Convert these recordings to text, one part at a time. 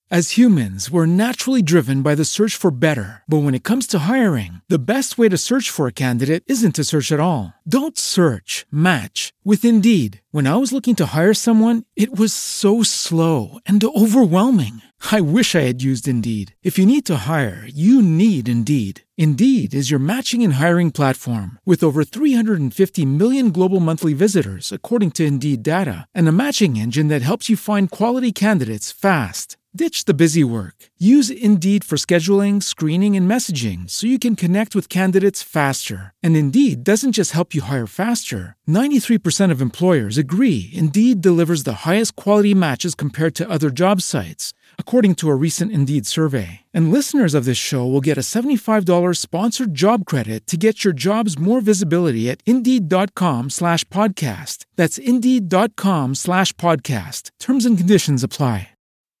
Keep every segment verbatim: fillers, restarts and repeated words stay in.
As humans, we're naturally driven by the search for better. But when it comes to hiring, the best way to search for a candidate isn't to search at all. Don't search, match with Indeed. When I was looking to hire someone, it was so slow and overwhelming. I wish I had used Indeed. If you need to hire, you need Indeed. Indeed is your matching and hiring platform with over three hundred fifty million global monthly visitors, according to Indeed data, and a matching engine that helps you find quality candidates fast. Ditch the busy work. Use Indeed for scheduling, screening, and messaging so you can connect with candidates faster. And Indeed doesn't just help you hire faster. ninety-three percent of employers agree Indeed delivers the highest quality matches compared to other job sites, according to a recent Indeed survey. And listeners of this show will get a seventy-five dollars sponsored job credit to get your jobs more visibility at Indeed.com slash podcast. That's Indeed.com slash podcast. Terms and conditions apply.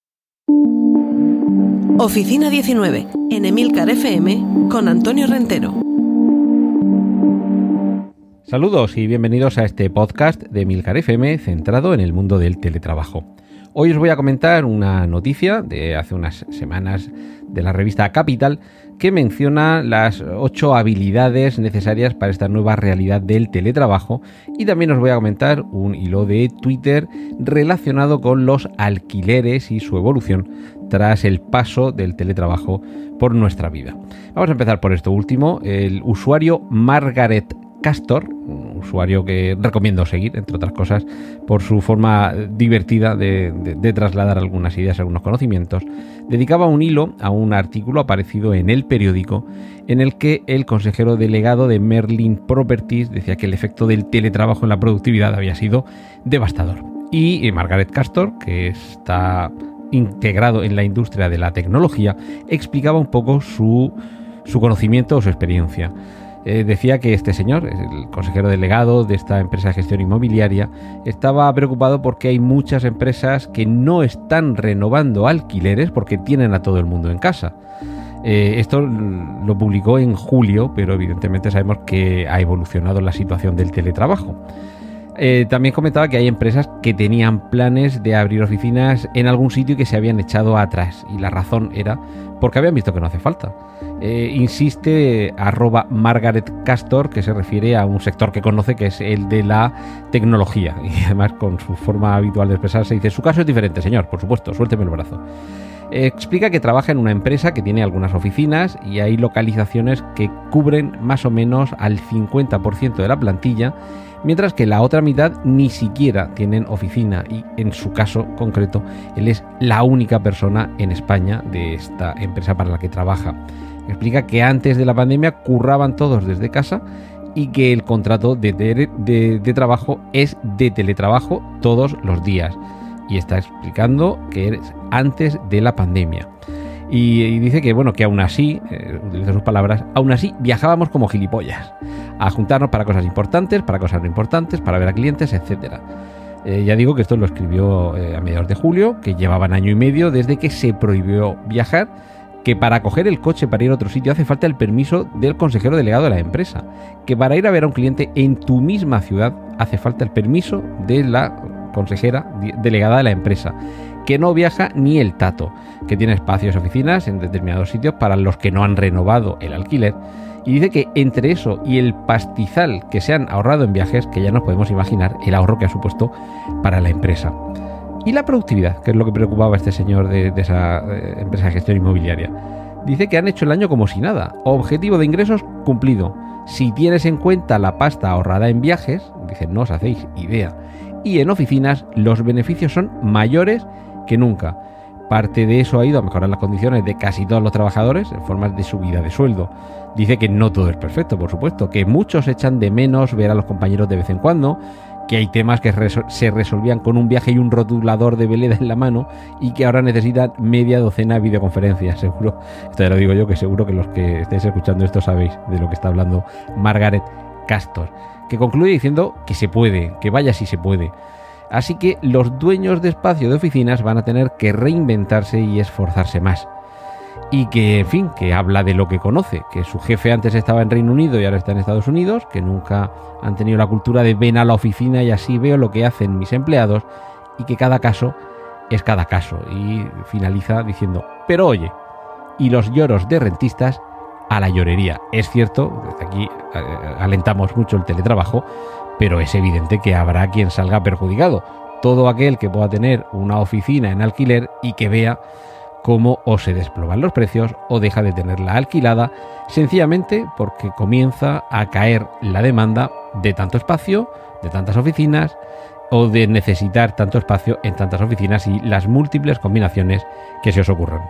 Oficina diecinueve, en Emilcar F M, con Antonio Rentero. Saludos y bienvenidos a este podcast de Emilcar F M centrado en el mundo del teletrabajo. Hoy os voy a comentar una noticia de hace unas semanas de la revista Capital que menciona las ocho habilidades necesarias para esta nueva realidad del teletrabajo, y también os voy a comentar un hilo de Twitter relacionado con los alquileres y su evolución tras el paso del teletrabajo por nuestra vida. Vamos a empezar por esto último. El usuario Margaret Castor, un usuario que recomiendo seguir, entre otras cosas, por su forma divertida de, de, de trasladar algunas ideas, algunos conocimientos, dedicaba un hilo a un artículo aparecido en El Periódico en el que el consejero delegado de Merlin Properties decía que el efecto del teletrabajo en la productividad había sido devastador. Y eh, Margaret Castor, que está integrado en la industria de la tecnología, explicaba un poco su, su conocimiento o su experiencia. Eh, decía que este señor, el consejero delegado de esta empresa de gestión inmobiliaria, estaba preocupado porque hay muchas empresas que no están renovando alquileres porque tienen a todo el mundo en casa. Eh, esto lo publicó en julio, pero evidentemente sabemos que ha evolucionado la situación del teletrabajo. Eh, también comentaba que hay empresas que tenían planes de abrir oficinas en algún sitio y que se habían echado atrás, y la razón era porque habían visto que no hace falta. Eh, insiste arroba Margaret Castor, que se refiere a un sector que conoce, que es el de la tecnología, y además con su forma habitual de expresarse dice: su caso es diferente, señor, por supuesto, suélteme el brazo. Eh, explica que trabaja en una empresa que tiene algunas oficinas y hay localizaciones que cubren más o menos al cincuenta por ciento de la plantilla, mientras que la otra mitad ni siquiera tienen oficina, y en su caso concreto él es la única persona en España de esta empresa para la que trabaja. Explica que antes de la pandemia curraban todos desde casa y que el contrato de, de, de, de trabajo es de teletrabajo todos los días, y está explicando que es antes de la pandemia. Y, y dice que, bueno, que aún así, eh, utiliza sus palabras, aún así viajábamos como gilipollas, a juntarnos para cosas importantes, para cosas no importantes, para ver a clientes, etcétera. Eh, ya digo que esto lo escribió eh, a mediados de julio, que llevaban año y medio desde que se prohibió viajar, que para coger el coche para ir a otro sitio hace falta el permiso del consejero delegado de la empresa, que para ir a ver a un cliente en tu misma ciudad hace falta el permiso de la consejera delegada de la empresa, que no viaja ni el tato, que tiene espacios y oficinas en determinados sitios para los que no han renovado el alquiler, y dice que entre eso y el pastizal que se han ahorrado en viajes, que ya nos podemos imaginar el ahorro que ha supuesto para la empresa. Y la productividad, que es lo que preocupaba a este señor de, de esa eh, empresa de gestión inmobiliaria. Dice que han hecho el año como si nada. Objetivo de ingresos cumplido. Si tienes en cuenta la pasta ahorrada en viajes, dice, no os hacéis idea. Y en oficinas los beneficios son mayores que nunca. Parte de eso ha ido a mejorar las condiciones de casi todos los trabajadores en forma de subida de sueldo. Dice que no todo es perfecto, por supuesto, que muchos echan de menos ver a los compañeros de vez en cuando, que hay temas que resol- se resolvían con un viaje y un rotulador de veleda en la mano y que ahora necesitan media docena de videoconferencias, seguro. Esto ya lo digo yo, que seguro que los que estéis escuchando esto sabéis de lo que está hablando Margaret Castor, que concluye diciendo que se puede, que vaya si se puede. Así que los dueños de espacio de oficinas van a tener que reinventarse y esforzarse más. Y que, en fin, que habla de lo que conoce, que su jefe antes estaba en Reino Unido y ahora está en Estados Unidos, que nunca han tenido la cultura de ven a la oficina y así veo lo que hacen mis empleados, y que cada caso es cada caso, y finaliza diciendo: pero oye, y los lloros de rentistas a la llorería. Es cierto, desde aquí eh, alentamos mucho el teletrabajo, pero es evidente que habrá quien salga perjudicado. Todo aquel que pueda tener una oficina en alquiler y que vea cómo o se desploman los precios o deja de tenerla alquilada, sencillamente porque comienza a caer la demanda de tanto espacio, de tantas oficinas, o de necesitar tanto espacio en tantas oficinas y las múltiples combinaciones que se os ocurran.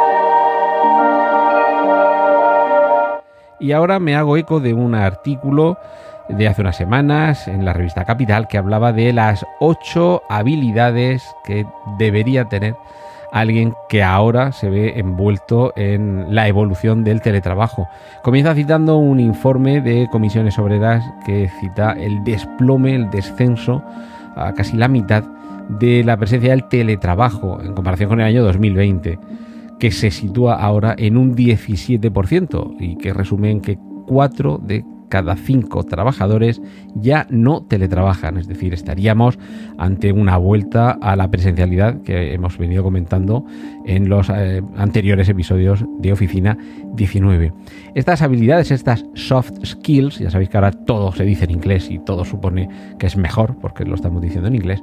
Y ahora me hago eco de un artículo de hace unas semanas en la revista Capital que hablaba de las ocho habilidades que debería tener alguien que ahora se ve envuelto en la evolución del teletrabajo. Comienza citando un informe de Comisiones Obreras que cita el desplome, el descenso a casi la mitad de la presencia del teletrabajo en comparación con el año dos mil veinte, que se sitúa ahora en un diecisiete por ciento y que resume en que cuatro de cada cinco trabajadores ya no teletrabajan, es decir, estaríamos ante una vuelta a la presencialidad que hemos venido comentando en los eh, anteriores episodios de Oficina diecinueve. Estas habilidades, estas soft skills, ya sabéis que ahora todo se dice en inglés y todo supone que es mejor porque lo estamos diciendo en inglés,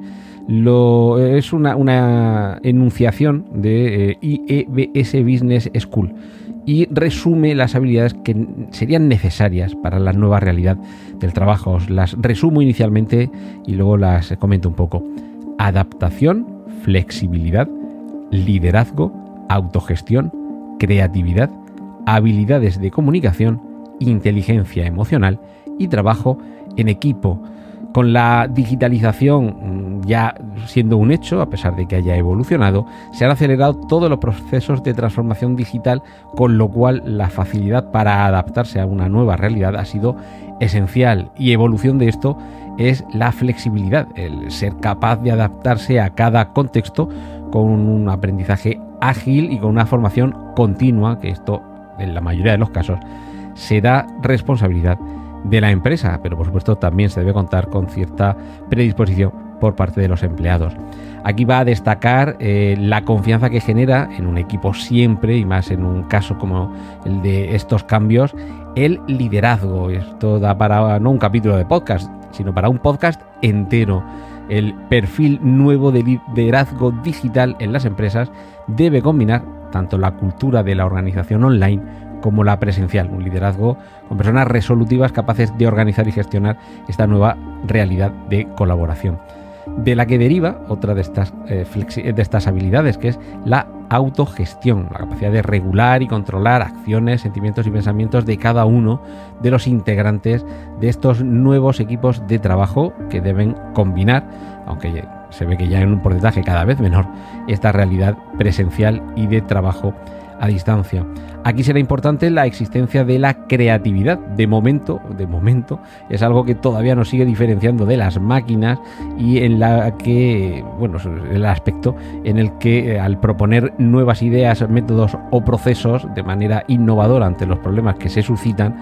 lo, es una, una enunciación de eh, I E B S Business School, y resume las habilidades que serían necesarias para la nueva realidad del trabajo. Os las resumo inicialmente y luego las comento un poco. Adaptación, flexibilidad, liderazgo, autogestión, creatividad, habilidades de comunicación, inteligencia emocional y trabajo en equipo. Con la digitalización ya siendo un hecho, a pesar de que haya evolucionado, se han acelerado todos los procesos de transformación digital, con lo cual la facilidad para adaptarse a una nueva realidad ha sido esencial. Y evolución de esto es la flexibilidad, el ser capaz de adaptarse a cada contexto con un aprendizaje ágil y con una formación continua, que esto en la mayoría de los casos será responsabilidad de la empresa, pero por supuesto también se debe contar con cierta predisposición por parte de los empleados. Aquí va a destacar eh, la confianza que genera en un equipo siempre, y más en un caso como el de estos cambios, el liderazgo. Esto da para no un capítulo de podcast, sino para un podcast entero. El perfil nuevo de liderazgo digital en las empresas debe combinar tanto la cultura de la organización online como la presencial, un liderazgo con personas resolutivas capaces de organizar y gestionar esta nueva realidad de colaboración, de la que deriva otra de estas, eh, flexi- de estas habilidades, que es la autogestión, la capacidad de regular y controlar acciones, sentimientos y pensamientos de cada uno de los integrantes de estos nuevos equipos de trabajo que deben combinar, aunque se ve que ya en un porcentaje cada vez menor, esta realidad presencial y de trabajo a distancia. Aquí será importante la existencia de la creatividad. De momento, de momento, es algo que todavía nos sigue diferenciando de las máquinas, y en la que, bueno, el aspecto en el que al proponer nuevas ideas, métodos o procesos de manera innovadora ante los problemas que se suscitan,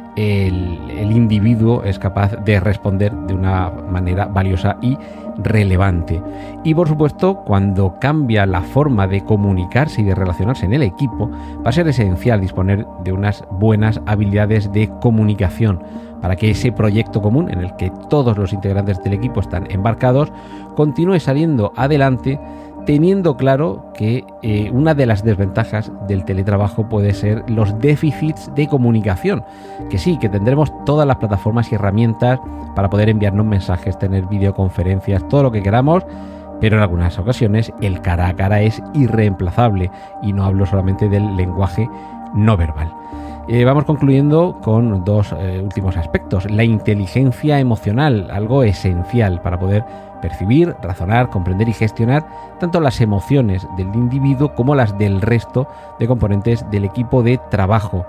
el, el individuo es capaz de responder de una manera valiosa y relevante. Y por supuesto, cuando cambia la forma de comunicarse y de relacionarse en el equipo, va a ser esencial disponer de unas buenas habilidades de comunicación para que ese proyecto común en el que todos los integrantes del equipo están embarcados continúe saliendo adelante, teniendo claro que eh, una de las desventajas del teletrabajo puede ser los déficits de comunicación, que sí, que tendremos todas las plataformas y herramientas para poder enviarnos mensajes, tener videoconferencias, todo lo que queramos, pero en algunas ocasiones el cara a cara es irreemplazable, y no hablo solamente del lenguaje no verbal. Eh, vamos concluyendo con dos eh, últimos aspectos. La inteligencia emocional, algo esencial para poder percibir, razonar, comprender y gestionar tanto las emociones del individuo como las del resto de componentes del equipo de trabajo.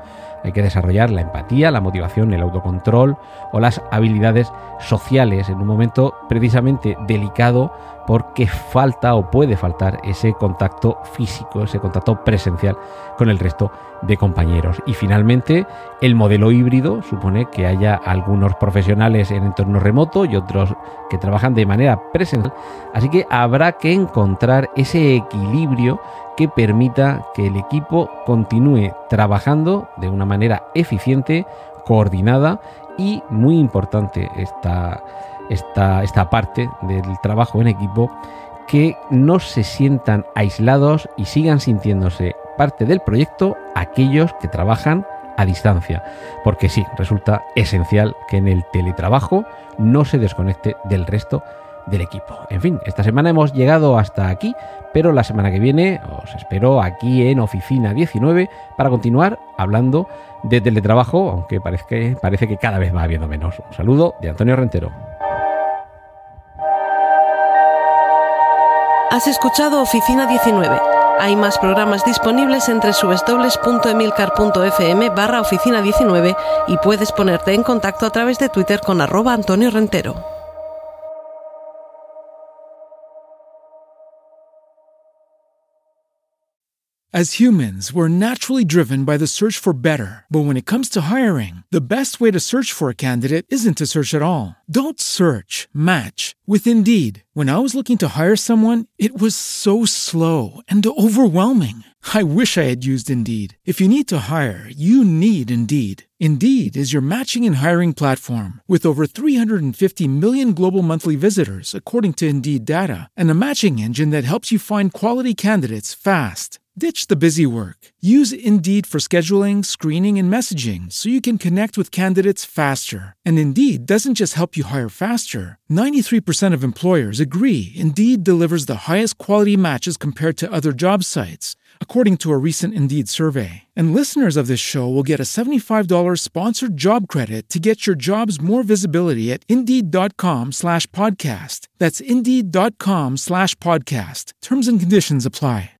Hay que desarrollar la empatía, la motivación, el autocontrol o las habilidades sociales en un momento precisamente delicado porque falta o puede faltar ese contacto físico, ese contacto presencial con el resto de compañeros. Y finalmente, el modelo híbrido supone que haya algunos profesionales en entorno remoto y otros que trabajan de manera presencial, así que habrá que encontrar ese equilibrio que permita que el equipo continúe trabajando de una manera eficiente, coordinada y, muy importante, esta, esta, esta parte del trabajo en equipo, que no se sientan aislados y sigan sintiéndose parte del proyecto aquellos que trabajan a distancia, porque sí, resulta esencial que en el teletrabajo no se desconecte del resto del equipo. En fin, esta semana hemos llegado hasta aquí, pero la semana que viene os espero aquí en Oficina diecinueve para continuar hablando de teletrabajo, aunque parece que, parece que cada vez va habiendo menos. Un saludo de Antonio Rentero. Has escuchado Oficina diecinueve. Hay más programas disponibles en doble u doble u doble u punto emilcar punto f m barra oficina diecinueve y puedes ponerte en contacto a través de Twitter con arroba Antonio Rentero. As humans, we're naturally driven by the search for better. But when it comes to hiring, the best way to search for a candidate isn't to search at all. Don't search, match with Indeed. When I was looking to hire someone, it was so slow and overwhelming. I wish I had used Indeed. If you need to hire, you need Indeed. Indeed is your matching and hiring platform with over three hundred fifty million global monthly visitors, according to Indeed data, and a matching engine that helps you find quality candidates fast. Ditch the busy work. Use Indeed for scheduling, screening, and messaging so you can connect with candidates faster. And Indeed doesn't just help you hire faster. ninety-three percent of employers agree Indeed delivers the highest quality matches compared to other job sites, according to a recent Indeed survey. And listeners of this show will get a seventy-five dollars sponsored job credit to get your jobs more visibility at Indeed.com slash podcast. That's Indeed.com slash podcast. Terms and conditions apply.